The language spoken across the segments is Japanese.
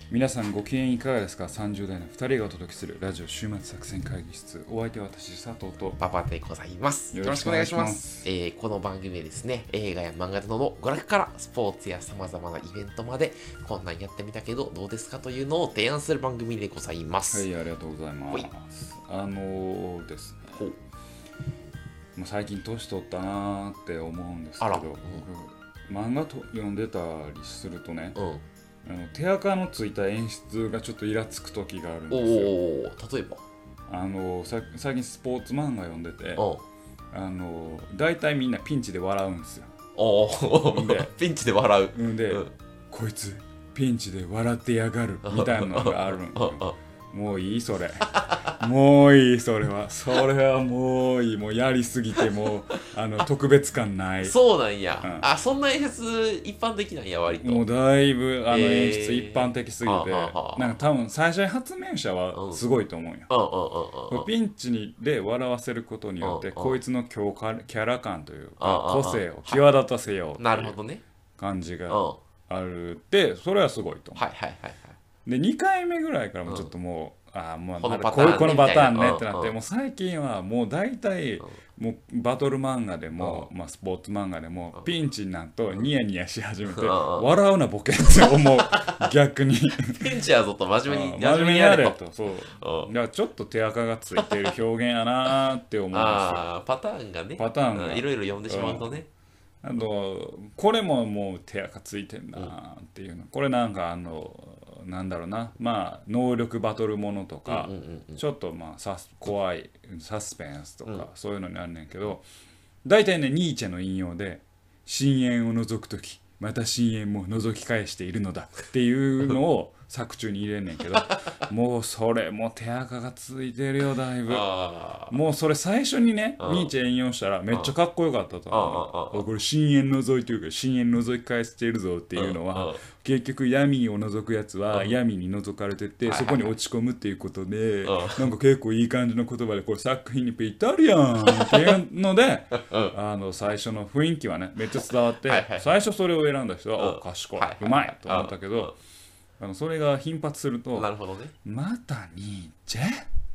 皆さんご機嫌いかがですか。30代の2人がお届けするラジオ週末作戦会議室。お相手は私佐藤とパパでございます。よろしくお願いします。この番組でですね、映画や漫画などの娯楽からスポーツや様々なイベントまでこんなんやってみたけどどうですかというのを提案する番組でございます。 はい、ありがとうございます。ですね、もう最近年取ったなーって思うんですけど、漫画と読んでたりするとね、手垢のついた演出がちょっとイラつく時があるんですよ。 例えば最近スポーツ漫画読んでて、だいたいみんなピンチで笑うんですよ。 ピンチで笑う。 で、こいつピンチで笑ってやがるみたいなのがあるんですよ。もういいそれもういいそれはもういい。もうやりすぎてもう特別感ない。 そうなんや、そんな演出一般的なんや。割ともうだいぶ演出一般的すぎて、なんか多分最初に発明者はすごいと思うよ。ピンチで笑わせることによってこいつのキャラ感というか個性を際立たせようっていう感じがあるって、それはすごいと思う。で2回目ぐらいからもちょっともう、もうこのパターンねってなって、もう最近はもう大体もうバトル漫画でも、スポーツ漫画でもピンチになるとニヤニヤし始めて、笑うなボケって思う。逆にピンチやぞと真面目にやれと。そうだからちょっと手垢がついてる表現やなって思うんですよ。 パターンがいろいろ読んでしまうとね。 あとこれももう手垢ついてんなっていうの、これなんかなんだろうな、能力バトルものとか、ちょっと怖いサスペンスとか、そういうのにあるねんけど、大体ねニーチェの引用で深淵を覗くときまた深淵も覗き返しているのだっていうのを作中に入れんねんけど、もうそれも手垢がついてるよだいぶ。もうそれ最初にねニーチェ引用したらめっちゃかっこよかったと思う。これ深淵覗いてるから深淵覗き返しているぞっていうのは、結局闇を覗くやつは闇に覗かれてて、そこに落ち込むっていうことで、なんか結構いい感じの言葉でこれ作品にぴったりやんっていうので最初の雰囲気はねめっちゃ伝わって、最初それを選んだ人は賢い、うまいと思ったけど、それが頻発すると、 なるほどね、 またニーチェ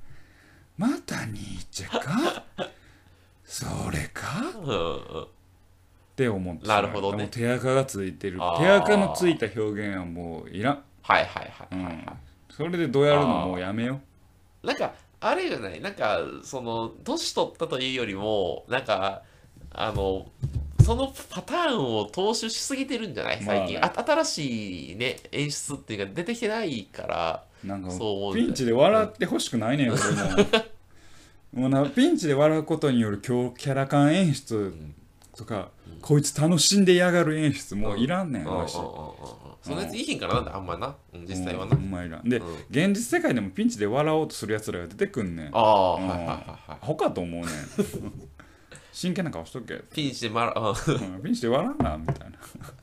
かそれかって思うんですよ。 なるほどね。 手垢がついてる。手垢のついた表現はもういらん。それでどうやるのもうやめよう。なんかあれじゃない、なんかその年取ったというよりも、なんかそのパターンを踏襲しすぎてるんじゃない最近。新しいね演出っていうか出てきてないから、 なんかピンチで笑ってほしくないねん俺も。もうピンチで笑うことによるキャラ感演出とか、こいつ楽しんでやがる演出もういらんねん。 そのやついいひんからなんだあんまな、実際はな。 で、現実世界でもピンチで笑おうとするやつらが出てくんねん。ほかと思うねん。真剣な顔しとけ。 ピンチで笑うなみたいな。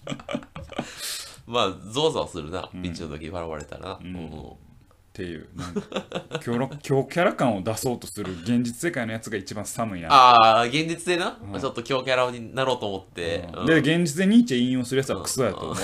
ゾワゾワするな、ピンチの時笑われたらな。 っていう今日キャラ感を出そうとする現実世界のやつが一番寒いな。 現実でな、ちょっと強キャラになろうと思って、 で現実でニーチェ引用するやつはクソやと思う。 ち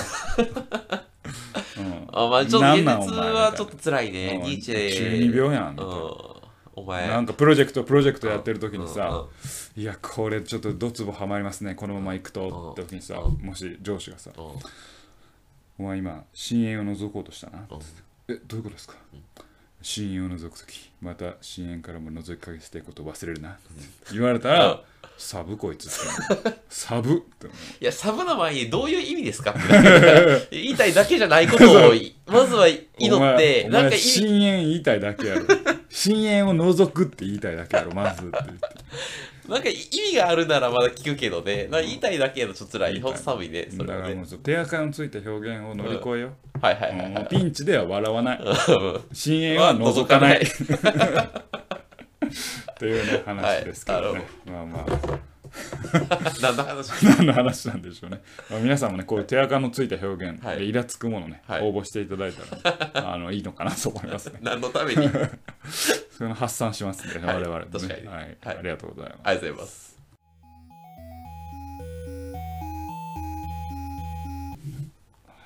ょっと現実はちょっと辛いね。ニーチェ中二病やんみたいな。 お前なんかプロジェクトやってる時にさ、いやこれちょっとドツボハマりますねこのまま行くとって時にさ、もし上司がさ、お前今深淵を覗こうとしたなって、どういうことですか。深淵を覗くときまた深淵からも覗きかけていくことを忘れるなって言われたら、サブこいつサブって。 いやサブの前にどういう意味ですかって言いたいだけじゃないことをまずは祈って、 なんか深淵言いたいだけやろ。深淵を覗くって言いたいだけやろまずって言って。 なんか意味があるならまだ聞くけどね、なんか言いたいだけやとちょっと辛い。ほんと寒いね。それはね、 だからもう手垢のついた表現を乗り越えよ。ピンチでは笑わない。深淵は覗かない。っていうね話ですけどね。 何の話なんでしょうね。皆さんもねこういう手垢のついた表現でイラつくものね、応募していただいたらいいのかなと思いますね。 何のためにそれ発散しますんで、我々ね。 確かに。 ありがとうございます。 ありがとうございます。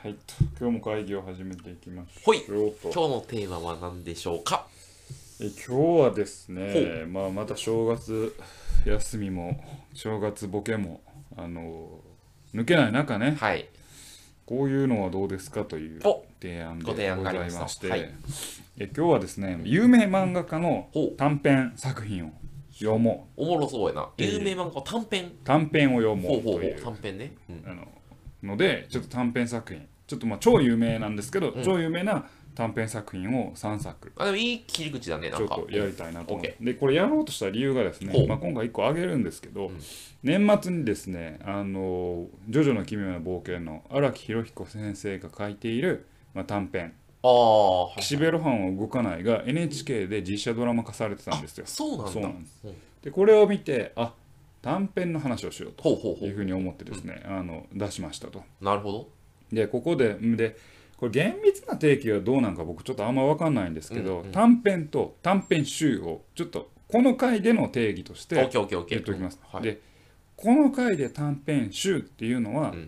はい、今日も会議を始めていきましほい。 ょうと。 今日のテーマは何でしょうか。 今日はですね、また正月休みも正月ボケも抜けない中ね、 はい。 こういうのはどうですかというお提案でご提案ごがありますとざいまして、 はい今日はですね、有名漫画家のほう。 短編作品を読もおもろそうやな。 ええ有名漫画短編。 短編を読もほうほうほう。 うという短編ね。うん。 ので、ちょっと短編作品、ちょっと超有名なんですけど、 うん超有名な短編作品を3作あ、でもいい切り口だね、なちょんか。 っとやりたいなと思っオッケて、でこれやろうとした理由がですね、 ほう今回1個挙げるんですけど、 うん年末にですねジョジョの奇妙な冒険の荒木博彦先生が書いている、短編ああ、はい。 岸辺露伴は動かないが NHK で実写ドラマ化されてたんですよ。 そうなんだ。 そうなんです。 うんでこれを見て、短編の話をしようほうほうほう。 というふうに思ってですね、出しましたと。 なるほど。 でここでこれ厳密な定義はどうなんか僕ちょっとあんま分かんないんですけど、 うんうん短編と短編集をちょっとこの回での定義としオッてケーオッケーオッケー。 言っておきます。 はい。 でこの回で短編集っていうのは、 うん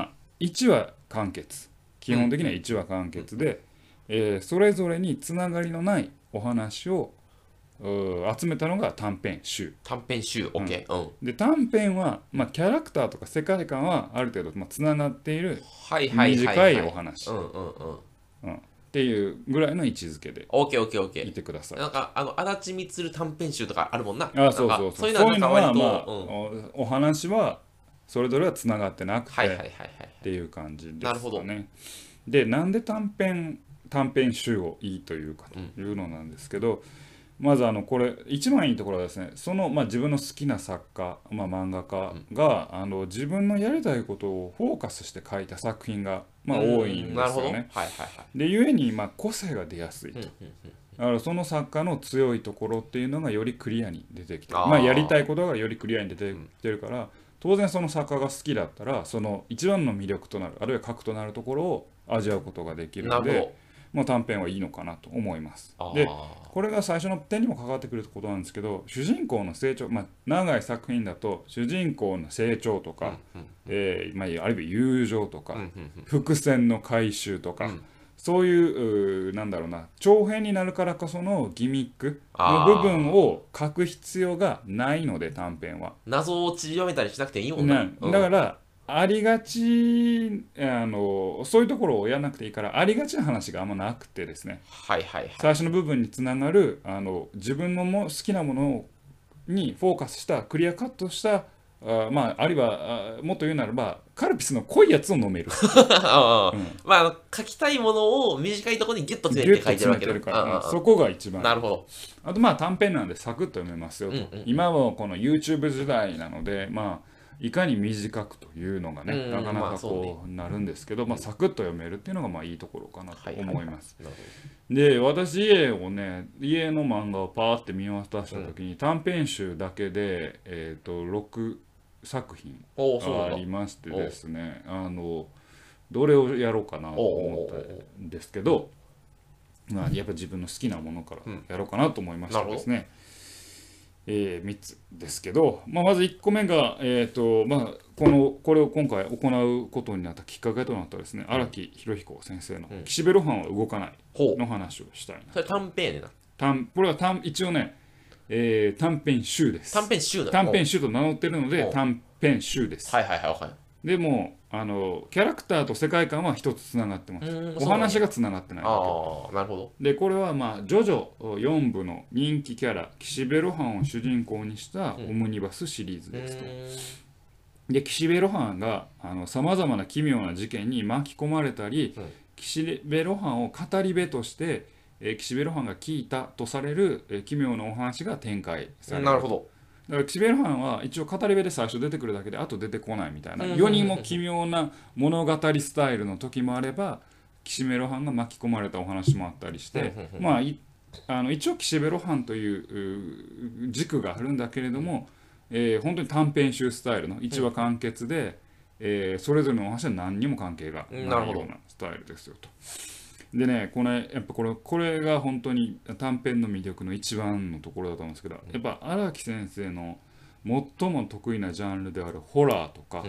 1話完結、基本的には1話完結で、それぞれにつながりのないお話を集めたのが短編集短編集、オッケー。うん。 で、短編は、キャラクターとか世界観はある程度つながっているはいはいはい、はい。 短いお話うんうんうん。 っていうぐらいの位置づけでオッケーオッケーオッケー。 いてください。 なんか、足立み短編集とかあるもんな。 そうなんかそうそう。 そういうのはなんか割と、 お話はそれぞれはつながってなくて、 はいはいはいはい。 っていう感じですなるほどかね。で、なんで短編集をいいというかというのなんですけど、まずこれ一番いいところはですね、その、自分の好きな作家、漫画家が、自分のやりたいことをフォーカスして書いた作品が、多いんですなるほど。 よね。 はいはいはい。 で、ゆえに、個性が出やすいと。 うんうんだからその作家の強いところっていうのがよりクリアに出てきてる、 あーやりたいことがよりクリアに出てきてるから、当然その作家が好きだったらその一番の魅力となるあるいは核となるところを味わうことができるので、 なるほど。 もう短編はいいのかなと思います。 あーでこれが最初の点にも関わってくることなんですけど、主人公の成長、長い作品だと主人公の成長とか、 うんあるいは友情とか、 うんうん伏線の回収とか、 うんそういうなんだろうな、長編になるからこそのギミックの部分を書く必要がないので、短編は。 謎を縮めたりしなくていいもんな。 だからありがちそういうところをやらなくていいから、ありがちな話があんまなくてですね、 はいはいはい。 最初の部分につながる自分の好きなものにフォーカスしたクリアカットしたあるいはもっと言うならばカルピスの濃いやつを飲める。 書きたいものを短いところにギュッとギ詰めて書いてュッと詰るわけだ。 めてるから、そこが一番。 なるほど。 あと短編なんでサクッと読めますよと。 うんうん今はこの YouTube 時代なので、いかに短くというのがね、 うんなかなかそうねこうなるんですけど、サクッと読めるっていうのがいいところかなと思います。 なるで、私家の漫画をパーって見渡した時に、短編集だけで、6作品ほど。おお、そうなんだ。 ありましてですね、どれをやろうかなと思ったんですけど、やっぱ自分の好きなものからやろうかなと思いましてですね、3つですけど、まず1個目が、これを今回行うことになったきっかけとなったですね、荒木博彦先生の「岸辺露伴は動かない」の話をしたいな。 それ短編やねんな。 これは一応ね、短編集です。 短編集なの。 短編集と名乗ってるのでお短編集です。 はいはいはい、わかる。 でもキャラクターと世界観は一つつながってます。お話がつながってないだけ。 ああ、なるほど。 でこれはジョジョ4部の人気キャラ岸辺露伴を主人公にしたオムニバスシリーズですと。で岸辺露伴がさまざまな奇妙な事件に巻き込まれたり、岸辺露伴を語り部として岸辺露伴が聞いたとされる奇妙なお話が展開される。 なるほど。 だから岸辺露伴は一応語り部で最初出てくるだけであと出てこないみたいな、世にも奇妙な物語スタイルの時もあれば、岸辺露伴が巻き込まれたお話もあったりして、一応岸辺露伴という軸があるんだけれども、本当に短編集スタイルの1話完結で、それぞれのお話は何にも関係がないようなスタイルですよと。でね、やっぱこれが本当に短編の魅力の一番のところだと思うんですけど、やっぱ荒木先生の最も得意なジャンルであるホラーとか、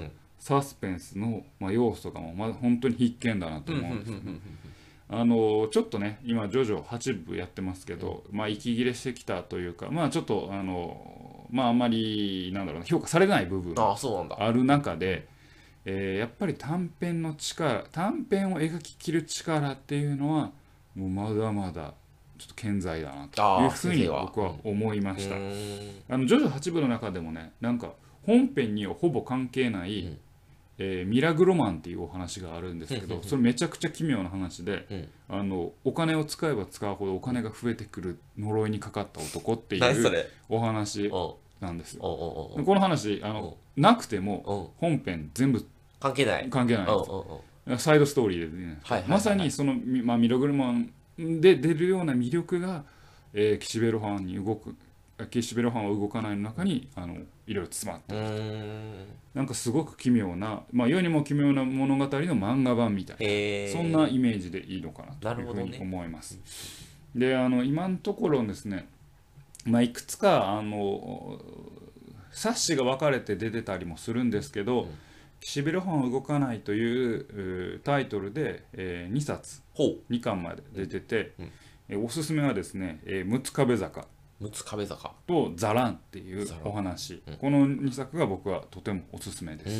サスペンスの、要素が本当に必見だなと思うんですよね。ちょっとね今ジョジョ8部やってますけど、息切れしてきたというか、ちょっとあんまりなんだろうな、評価されない部分がある中で、やっぱり短編の力、短編を描き切る力っていうのはもうまだまだちょっと健在だなというふうに僕は思いました。ジョジョ8部の中でもね、なんか本編にはほぼ関係ない、ミラグロマンっていうお話があるんですけど、それめちゃくちゃ奇妙な話で、お金を使えば使うほどお金が増えてくる呪いにかかった男っていうお話なんですよ。この話なくても本編全部関係ないです。サイドストーリーでね、まさにその、ミラグロマンで出るような魅力が、岸辺露伴に岸辺露伴は動かないの中にいろいろ詰まっていると。なんかすごく奇妙な、世にも奇妙な物語の漫画版みたいな、そんなイメージでいいのかなというふうに思います。で今のところですね、いくつか冊子が分かれて出てたりもするんですけど、岸辺露伴は動かないというタイトルで、2冊2巻まで出てて、おすすめはですね、六壁坂とザランっていうお話、この2作が僕はとてもおすすめです。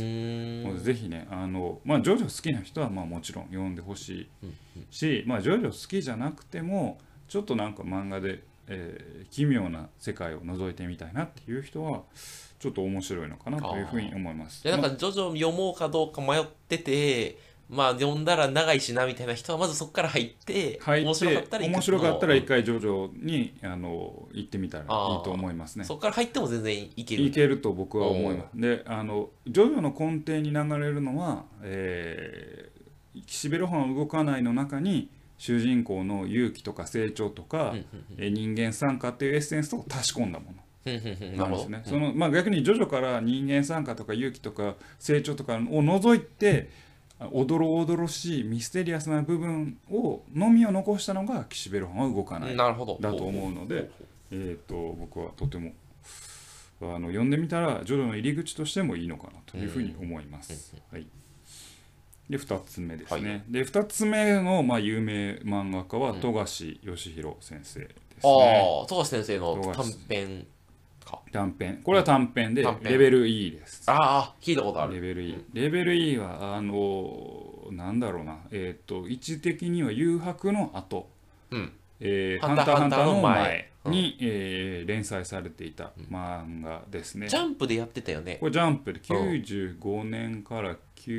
ぜひねジョジョ好きな人はもちろん読んでほしいし、ジョジョ好きじゃなくてもちょっとなんか漫画で、奇妙な世界を覗いてみたいなっていう人はちょっと面白いのかなというふうに思います。 なんかジョジョ読もうかどうか迷ってて、読んだら長いしなみたいな人はまずそこから入って面白かったら一回ジョジョに行ってみたらいいと思いますね。 そこから入っても全然いけると僕は思います。でジョジョの根底に流れるのは、岸辺露伴は動かないの中に主人公の勇気とか成長とか、人間参加っていうエッセンスを足し込んだものなんですね。逆にジョジョから人間参加とか勇気とか成長とかを除いておどろおどろしいミステリアスな部分のみを残したのが岸辺露伴は動かないだと思うので、僕はとても読んでみたらジョジョの入り口としてもいいのかなというふうに思います。で2つ目ですね。で2つ目の有名漫画家は富樫義弘先生ですね。 富樫先生の短編、これは短編でレベル E です。 聞いたことある。 レベル E はなんだろうな、位置的には誘白の後、ハンターハンターの前に、連載されていた漫画ですね。 ジャンプでやってたよね。 これジャンプで95年から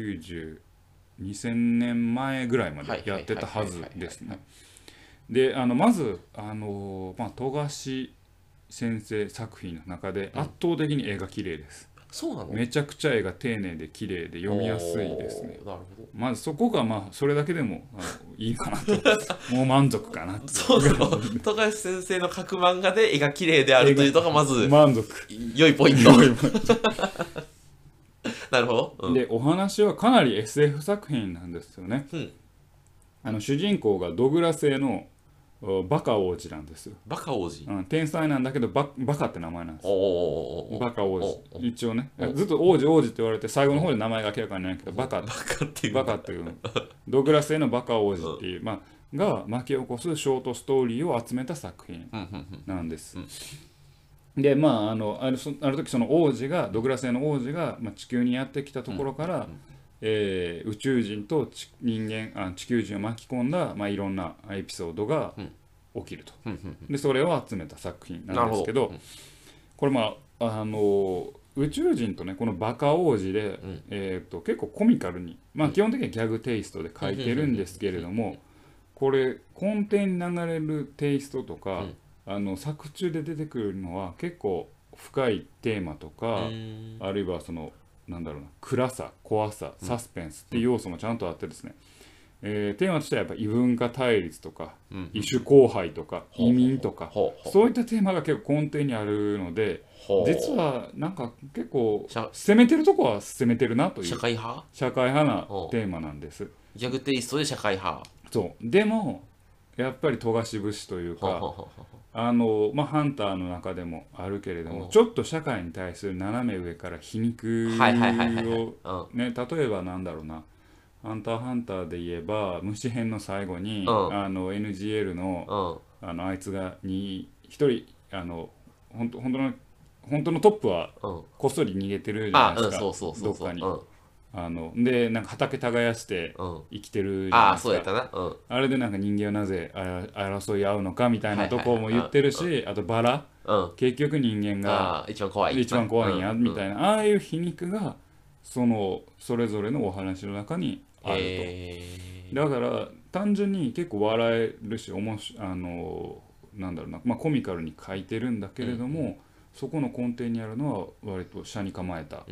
2000年前ぐらいまでやってたはずですね。でまず富樫先生作品の中で圧倒的に絵が綺麗です。 そうなの？ めちゃくちゃ絵が丁寧で綺麗で読みやすいですね。まずそこがそれだけでもいいかなともう満足かなと。 富樫先生の描く漫画で絵が綺麗であるというのがまず満足、 良いポイント。なるほど。 でお話はかなり SF 作品なんですよね。主人公がドグラ製のバカ王子なんですよ。 バカ王子、 天才なんだけどバカって名前なんです。バカ王子、一応ねずっと王子って言われて最後の方で名前が明らかにないけどバカっていうドグラスへのバカ王子っていう、が巻き起こすショートストーリーを集めた作品なんです。である時そのドグラスへの王子が、地球にやってきたところから、宇宙人と地球人を巻き込んだ、いろんなエピソードが起きると。でそれを集めた作品なんですけど、これ宇宙人とねこのバカ王子で、結構コミカルに、基本的にはギャグテイストで書いてるんですけれども、これ根底に流れるテイストとか、作中で出てくるのは結構深いテーマとか、あるいはそのなんだろうな、暗さ、怖さ、サスペンスっていう要素もちゃんとあってですね、テーマとしてはやっぱ異文化対立とか、異種交配とか、移民とか、そういったテーマが結構根底にあるので、実はなんか結構攻めてるとこは攻めてるなという社会派なテーマなんです。 ギャグテイストで社会派。 そうでもやっぱり富樫節というか、ハンターの中でもあるけれども、ちょっと社会に対する斜め上から皮肉をね、例えばなんだろうな、ハンターハンターで言えば虫編の最後に、NGL の、あいつが一人本当のトップはこっそり逃げてるじゃないですか、どっかに。でなんか畑耕して生きてるじゃないですか。そうやったな。あれでなんか人間はなぜ争い合うのかみたいなとこも言ってるし、あとバラ、結局人間が一番怖いんやみたいな、ああいう皮肉がそれぞれのお話の中にあると。だから単純に結構笑えるし、なんだろうな、まあコミカルに書いてるんだけれども、そこの根底にあるのは割と斜に構えた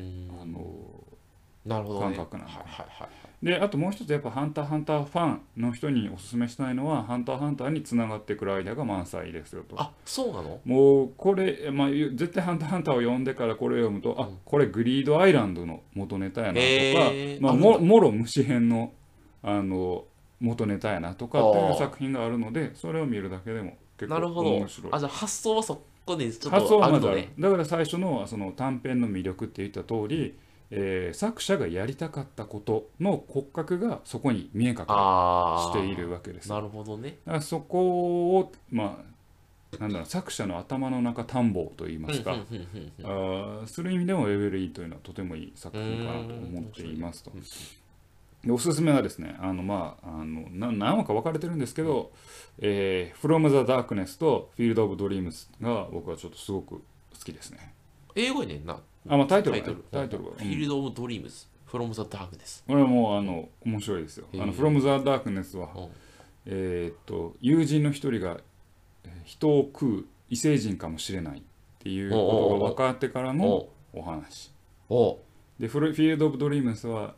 感覚なんで、あともう一つやっぱハンターハンターファンの人におすすめしたいのは、ハンターハンターにつながってくるアイデアが満載ですよと。 あ、そうなの？ もうこれ、まあ、絶対ハンターハンターを読んでからこれを読むと、あ、これグリードアイランドの元ネタやなとか、もろ虫編の元ネタやなとかっていう作品があるので、それを見るだけでも結構面白い。 あ、じゃあ発想はそこでちょっ発想とはまだある。 あるのね。 だから最初のその短編の魅力って言った通り、作者がやりたかったことの骨格がそこに見え隠れしているわけです。 なるほどね。 だからそこをまあなんだろう、作者の頭の中探訪といいますか、する意味でもレベル E というのはとてもいい作品かなと思っていますと。でおすすめはですね、何話か分かれてるんですけど、From the Darkness と Field of Dreams が僕はちょっとすごく好きですね。 英語やねんな。 タイトルは、 フィールド・オブ・ドリームズ、From the Darkness。 これはもう面白いですよ。From the Darkness は、友人の一人が人を食う異星人かもしれないっていうことが分かってからのお話。で、フィールド・オブ・ドリームスは、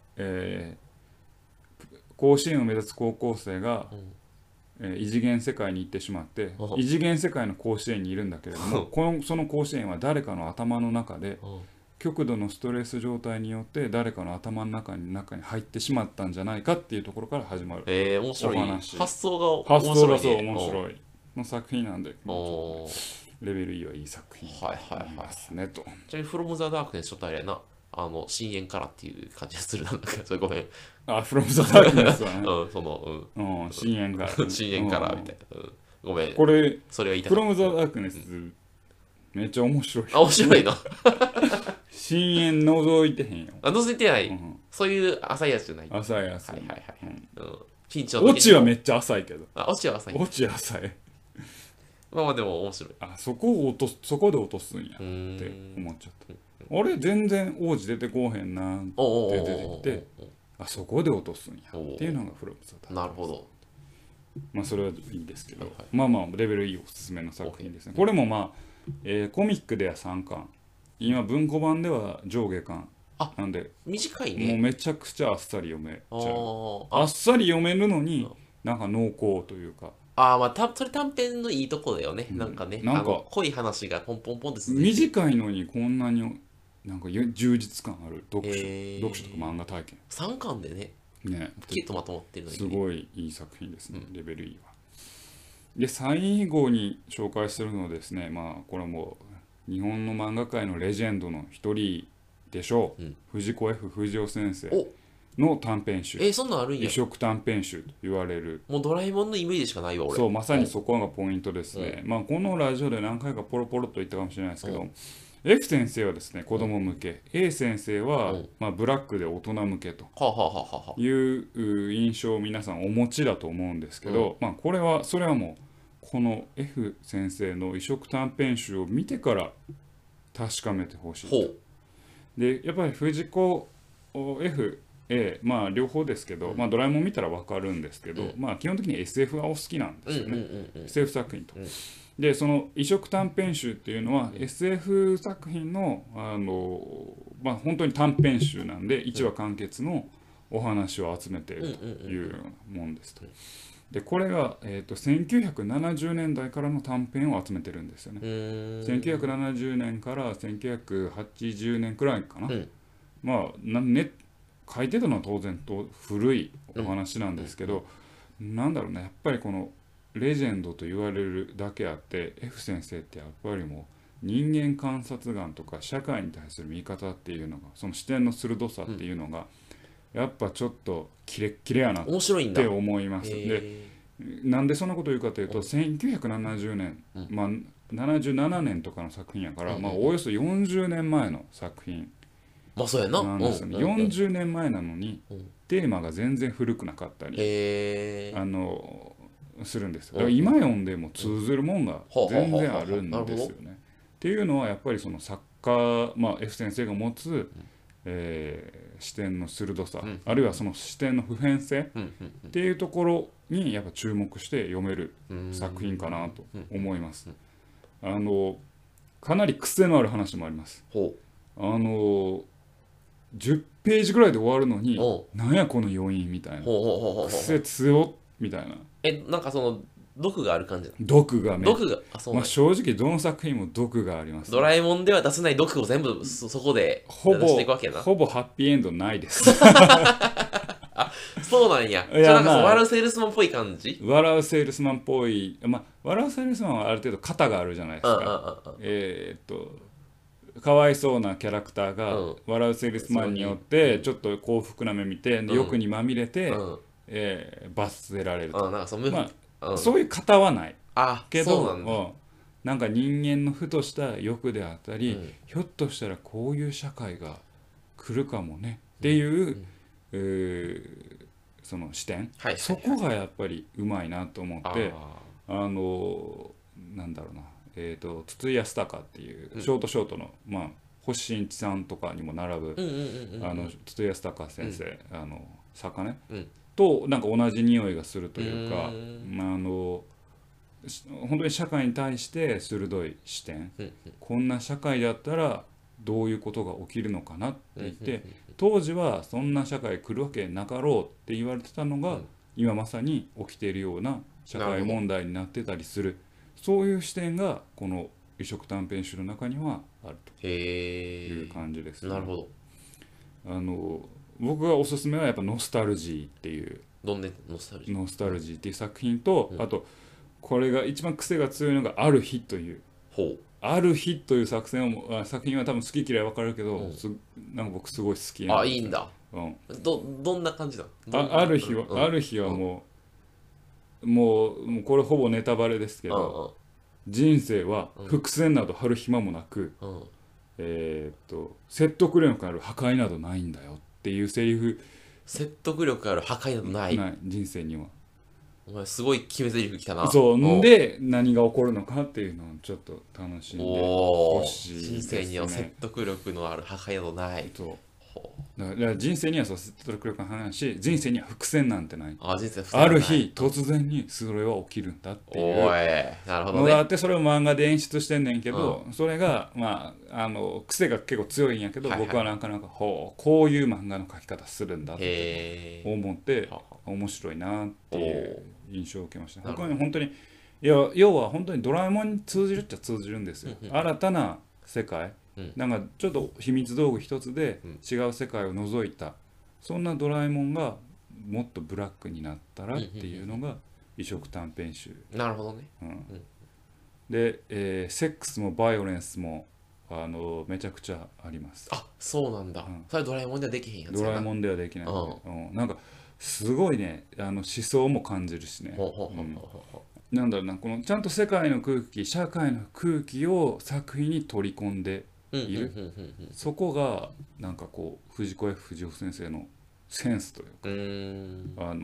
甲子園を目指す高校生が、異次元世界に行ってしまって、異次元世界の甲子園にいるんだけれども、その甲子園は誰かの頭の中で、極度のストレス状態によって誰かの頭の中に入ってしまったんじゃないかっていうところから始まる面白い話。 発想が面白い、ね、 そう面白いの作品なんで、レベル E はいい作品ですねと。 ちなみに From the Darkness ちょっとあれやな、深淵からっていう感じがする。なんかそれごめん。 From the Darkness はね。深淵から。 深淵からみたいな。ごめん。 これ、 それは言いたかった。 From the Darkness、めっちゃ面白い。 面白いの。 深淵覗いてへんよ。 覗いてない。そういう浅いやつじゃない。 浅いやつ。 オチはめっちゃ浅いけど。 オチは浅い。 オチ浅い。 まあでも面白い。 そこで落とすんやって思っちゃった。俺全然王子出てこうへんなって出てきて、そこで落とすんやっていうのがフロムザだ。 なるほど。 まあそれはいいですけど、まあレベル E おすすめの作品ですね。これもまあ、コミックでは3巻、今文庫版では上下巻なんで、 短いね。 もうめちゃくちゃあっさり読めちゃう。あっさり読めるのになんか濃厚というか。 まあそれ短編のいいとこだよね。なんかね、濃い話がポンポンポンって短いのにこんなになんか充実感ある読書とか漫画体験。 3巻でね、きっとまとまってるのに、 すごいいい作品ですね、レベル E は。で、最後に紹介するのはですね、まあこれも日本の漫画界のレジェンドの一人でしょう、藤子 F 不二雄先生の短編集。 そんなんあるんや。 異色短編集と言われる。 もうドラえもんのイメージしかないわ俺。 そう、まさにそこがポイントですね。まあこのラジオで何回かポロポロと言ったかもしれないですけど、F 先生はですね、子供向け、A 先生は、まあ、ブラックで大人向けという印象を皆さんお持ちだと思うんですけど、まあそれはもうこの F 先生の異色短編集を見てから確かめてほしいと。でやっぱり藤子 FA、まあ両方ですけど、まあドラえもん見たら分かるんですけど、まあ基本的に SF がお好きなんですよね。SF 作品と。でその異色短編集っていうのは SF 作品の、まあ、本当に短編集なんで1話完結のお話を集めているというようなもんですと。でこれが、1970年代からの短編を集めてるんですよね。1970年から1980年くらいかな。まあ書いてたのは当然と古いお話なんですけど、なんだろうね、やっぱりこのレジェンドと言われるだけあって F 先生ってやっぱりもう人間観察眼とか社会に対する見方っていうのがその視点の鋭さっていうのが、やっぱちょっとキレッキレやなっ面白いんだ。 て思います。でなんでそんなこと言うかというと1970年、まあ、77年とかの作品やから、まあ、およそ40年前の作品まあそうやな。 なんですよね。40年前なのにテーマが全然古くなかったりするんですよ。だから今読んでも通ずるもんが全然あるんですよね。っていうのはやっぱりその作家、まあ、F 先生が持つ、視点の鋭さ、あるいはその視点の普遍性っていうところにやっぱ注目して読める作品かなと思います。かなり癖のある話もあります。10ページぐらいで終わるのになんやこの余韻みたいな、癖強っみたいな。 なんかその毒がある感じなの？ 毒がね、 そうまあ、正直どの作品も毒があります、 ドラえもんでは出せない毒を全部そこで出していくわけな。 ほぼハッピーエンドないですあ、そうなんや。 いやなんか笑うセールスマンっぽい感じ。 笑うセールスマンっぽい、まあ、笑うセールスマンはある程度型があるじゃないですか。かわいそうなキャラクターが笑うセールスマンによってちょっと幸福な目見て欲にまみれて罰せられると、まあ、そういう型はないけど、なんか人間のふとした欲であったり、ひょっとしたらこういう社会が来るかもねっていう、その視点、そこがやっぱりうまいなと思って、なんだろうな、筒井康隆っていうショートの、まあ、星新一さんとかにも並ぶ筒井康隆先生、作家ね、となんか同じ匂いがするというか、本当に社会に対して鋭い視点、こんな社会だったらどういうことが起きるのかなって言って、当時はそんな社会来るわけなかろうって言われてたのが、今まさに起きているような社会問題になってたりする、そういう視点がこの異色短編集の中にはあるという感じですね。 なるほど。僕がおすすめはやっぱノスタルジーっていうノスタルジーっていう作品と、あとこれが一番癖が強いのがある日というある日という作品は多分好き嫌い分かるけど、なんか僕すごい好きなんです。いいんだ。どんな感じだ？ ある日はもうこれほぼネタバレですけど、人生は伏線など張る暇もなく、説得力ある破壊などないんだよっていうセリフ。 説得力ある破壊などない。 人生には。 お前すごい決め台詞きたな。 そうで何が起こるのかっていうのをちょっと楽しんでほしいですね。 人生には説得力のある破壊などない。 だから人生には説得力の話し、人生には伏線なんてない。 ある日突然にそれは起きるんだっていうのがあって、それを漫画で演出してんねんけど、それがまあ癖が結構強いんやけど、僕はなかなかこういう漫画の描き方するんだって思って面白いなっていう印象を受けました。他に本当に要は本当にドラえもんに通じるっちゃ通じるんですよ。新たな世界、なんかちょっと秘密道具一つで違う世界を覗いた、そんなドラえもんがもっとブラックになったらっていうのが異色短編集。 なるほどね。 で、セックスもバイオレンスもめちゃくちゃあります。 そうなんだ。それドラえもんではできへんやつやな。 ドラえもんではできない。なんかすごいね、思想も感じるしね。なんだろうな、このちゃんと世界の空気、社会の空気を作品に取り込んでいる、そこがなんかこう藤子 F 不二雄先生のセンスというか、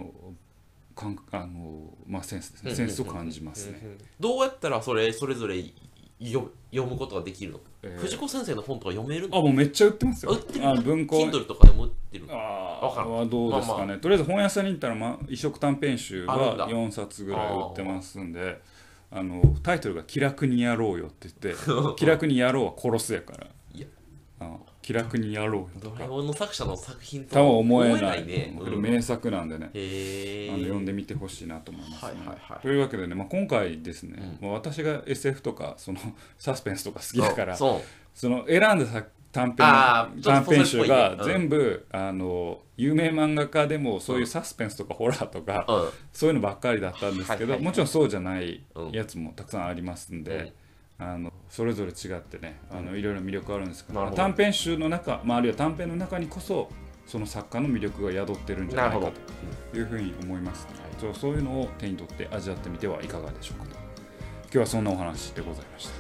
まあセンスですね、センスを感じますね。 どうやったらそれぞれ読むことができるの？藤子先生の本とか読めるの？ もうめっちゃ売ってますよ。文庫 Kindle とかでも売ってる。 どうですかね。とりあえず本屋さんに行ったら、異色短編集は4冊ぐらい売ってますんで、タイトルが「気楽にやろうよ」って言って気楽にやろうは殺すやから、気楽にやろうよとか、 ドラえもんの作者の作品とは思えないね。 これ名作なんでね、読んでみてほしいなと思いますね。というわけでね、今回ですね、私が SF とかそのサスペンスとか好きだから、その選んだ短あーちょっと編集がそれっぽいね全部、有名漫画家でもそういうサスペンスとかホラーとか、そういうのばっかりだったんですけど、もちろんそうじゃないやつもたくさんありますんで、それぞれ違ってね、いろいろ魅力あるんですけど、短編集の中、あるいは短編の中にこそその作家の魅力が宿ってるんじゃないかというふうに思います、そういうのを手に取って味わってみてはいかがでしょうかと。今日はそんなお話でございました。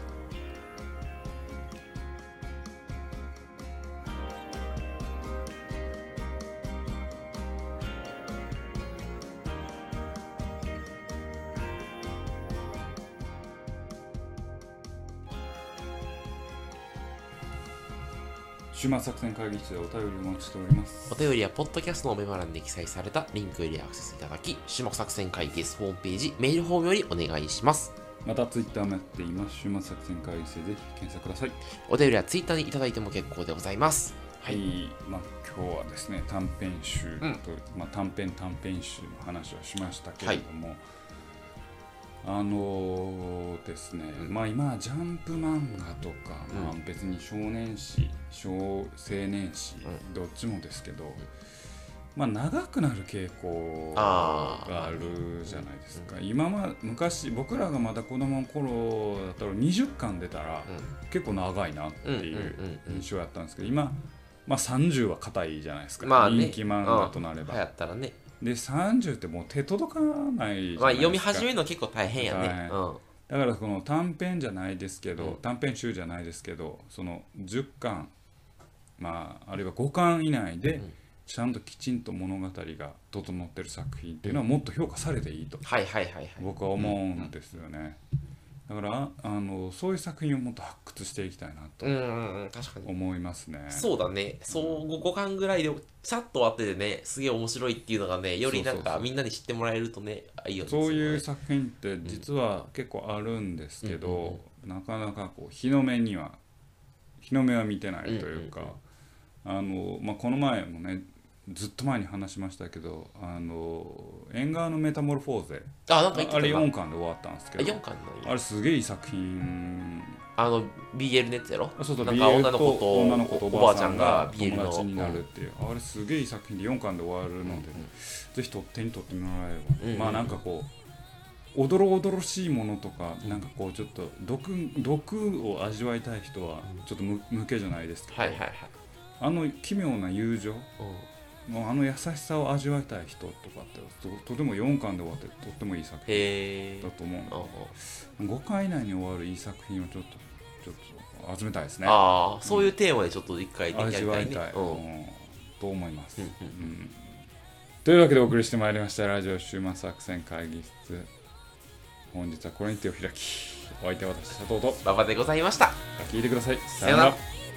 週末作戦会議室でお便りをお待ちしております。 お便りはポッドキャストのメモ欄に記載されたリンクよりアクセスいただき、週末作戦会議室ホームページメールフォームよりお願いします。 またツイッターもやっています。週末作戦会議室でぜひ検索ください。 お便りはツイッターにいただいても結構でございます。 はい、今日はですね短編集と、短編集の話をしましたけれども、ですね、今ジャンプ漫画とか、別に少年誌、青年誌、どっちもですけど、長くなる傾向があるじゃないですか。昔僕らがまだ子供の頃だったら20巻出たら結構長いなっていう印象やったんですけど、今30は硬いじゃないですか、人気漫画となれば。 流行ったらね。 で30ってもう手届かないじゃないですか。 読み始めるの結構大変やね。 だからこの短編じゃないですけど、短編集じゃないですけど、その10巻、あるいは5巻以内でちゃんときちんと物語が整ってる作品っていうのはもっと評価されていいと僕は思うんですよね。だからそういう作品をもっと発掘していきたいなと思いますね。 そうだね。5巻ぐらいでちゃっと終わっててね、すげえ面白いっていうのがね、よりなんかみんなに知ってもらえるとね、いいよね。 そういう作品って実は結構あるんですけど、なかなかこう日の目は見てないというか、この前もねずっと前に話しましたけど、縁側のメタモルフォーゼ、あれ4巻で終わったんですけど、 4巻あれすげえいい作品。 BL のやつやろ。 そうそう、 なんか女の子とおばあちゃんが友達になるっていう、あれすげえいい作品で4巻で終わるので、ぜひ手に取ってもらえれば、なんかこうおどろおどろしいものとか、なんかこうちょっと毒を味わいたい人はちょっと向けじゃないですけど、奇妙な友情、優しさを味わいたい人とかってとても4巻で終わってとってもいい作品だと思うので、5巻以内に終わるいい作品をちょっと集めたいですね。 そういうテーマでちょっと一回味わいたいと思います。というわけでお送りしてまいりましたラジオ週末作戦会議室、本日はこれに手を開き、お相手は私佐藤と馬場でございました。 聞いてください。 さよなら。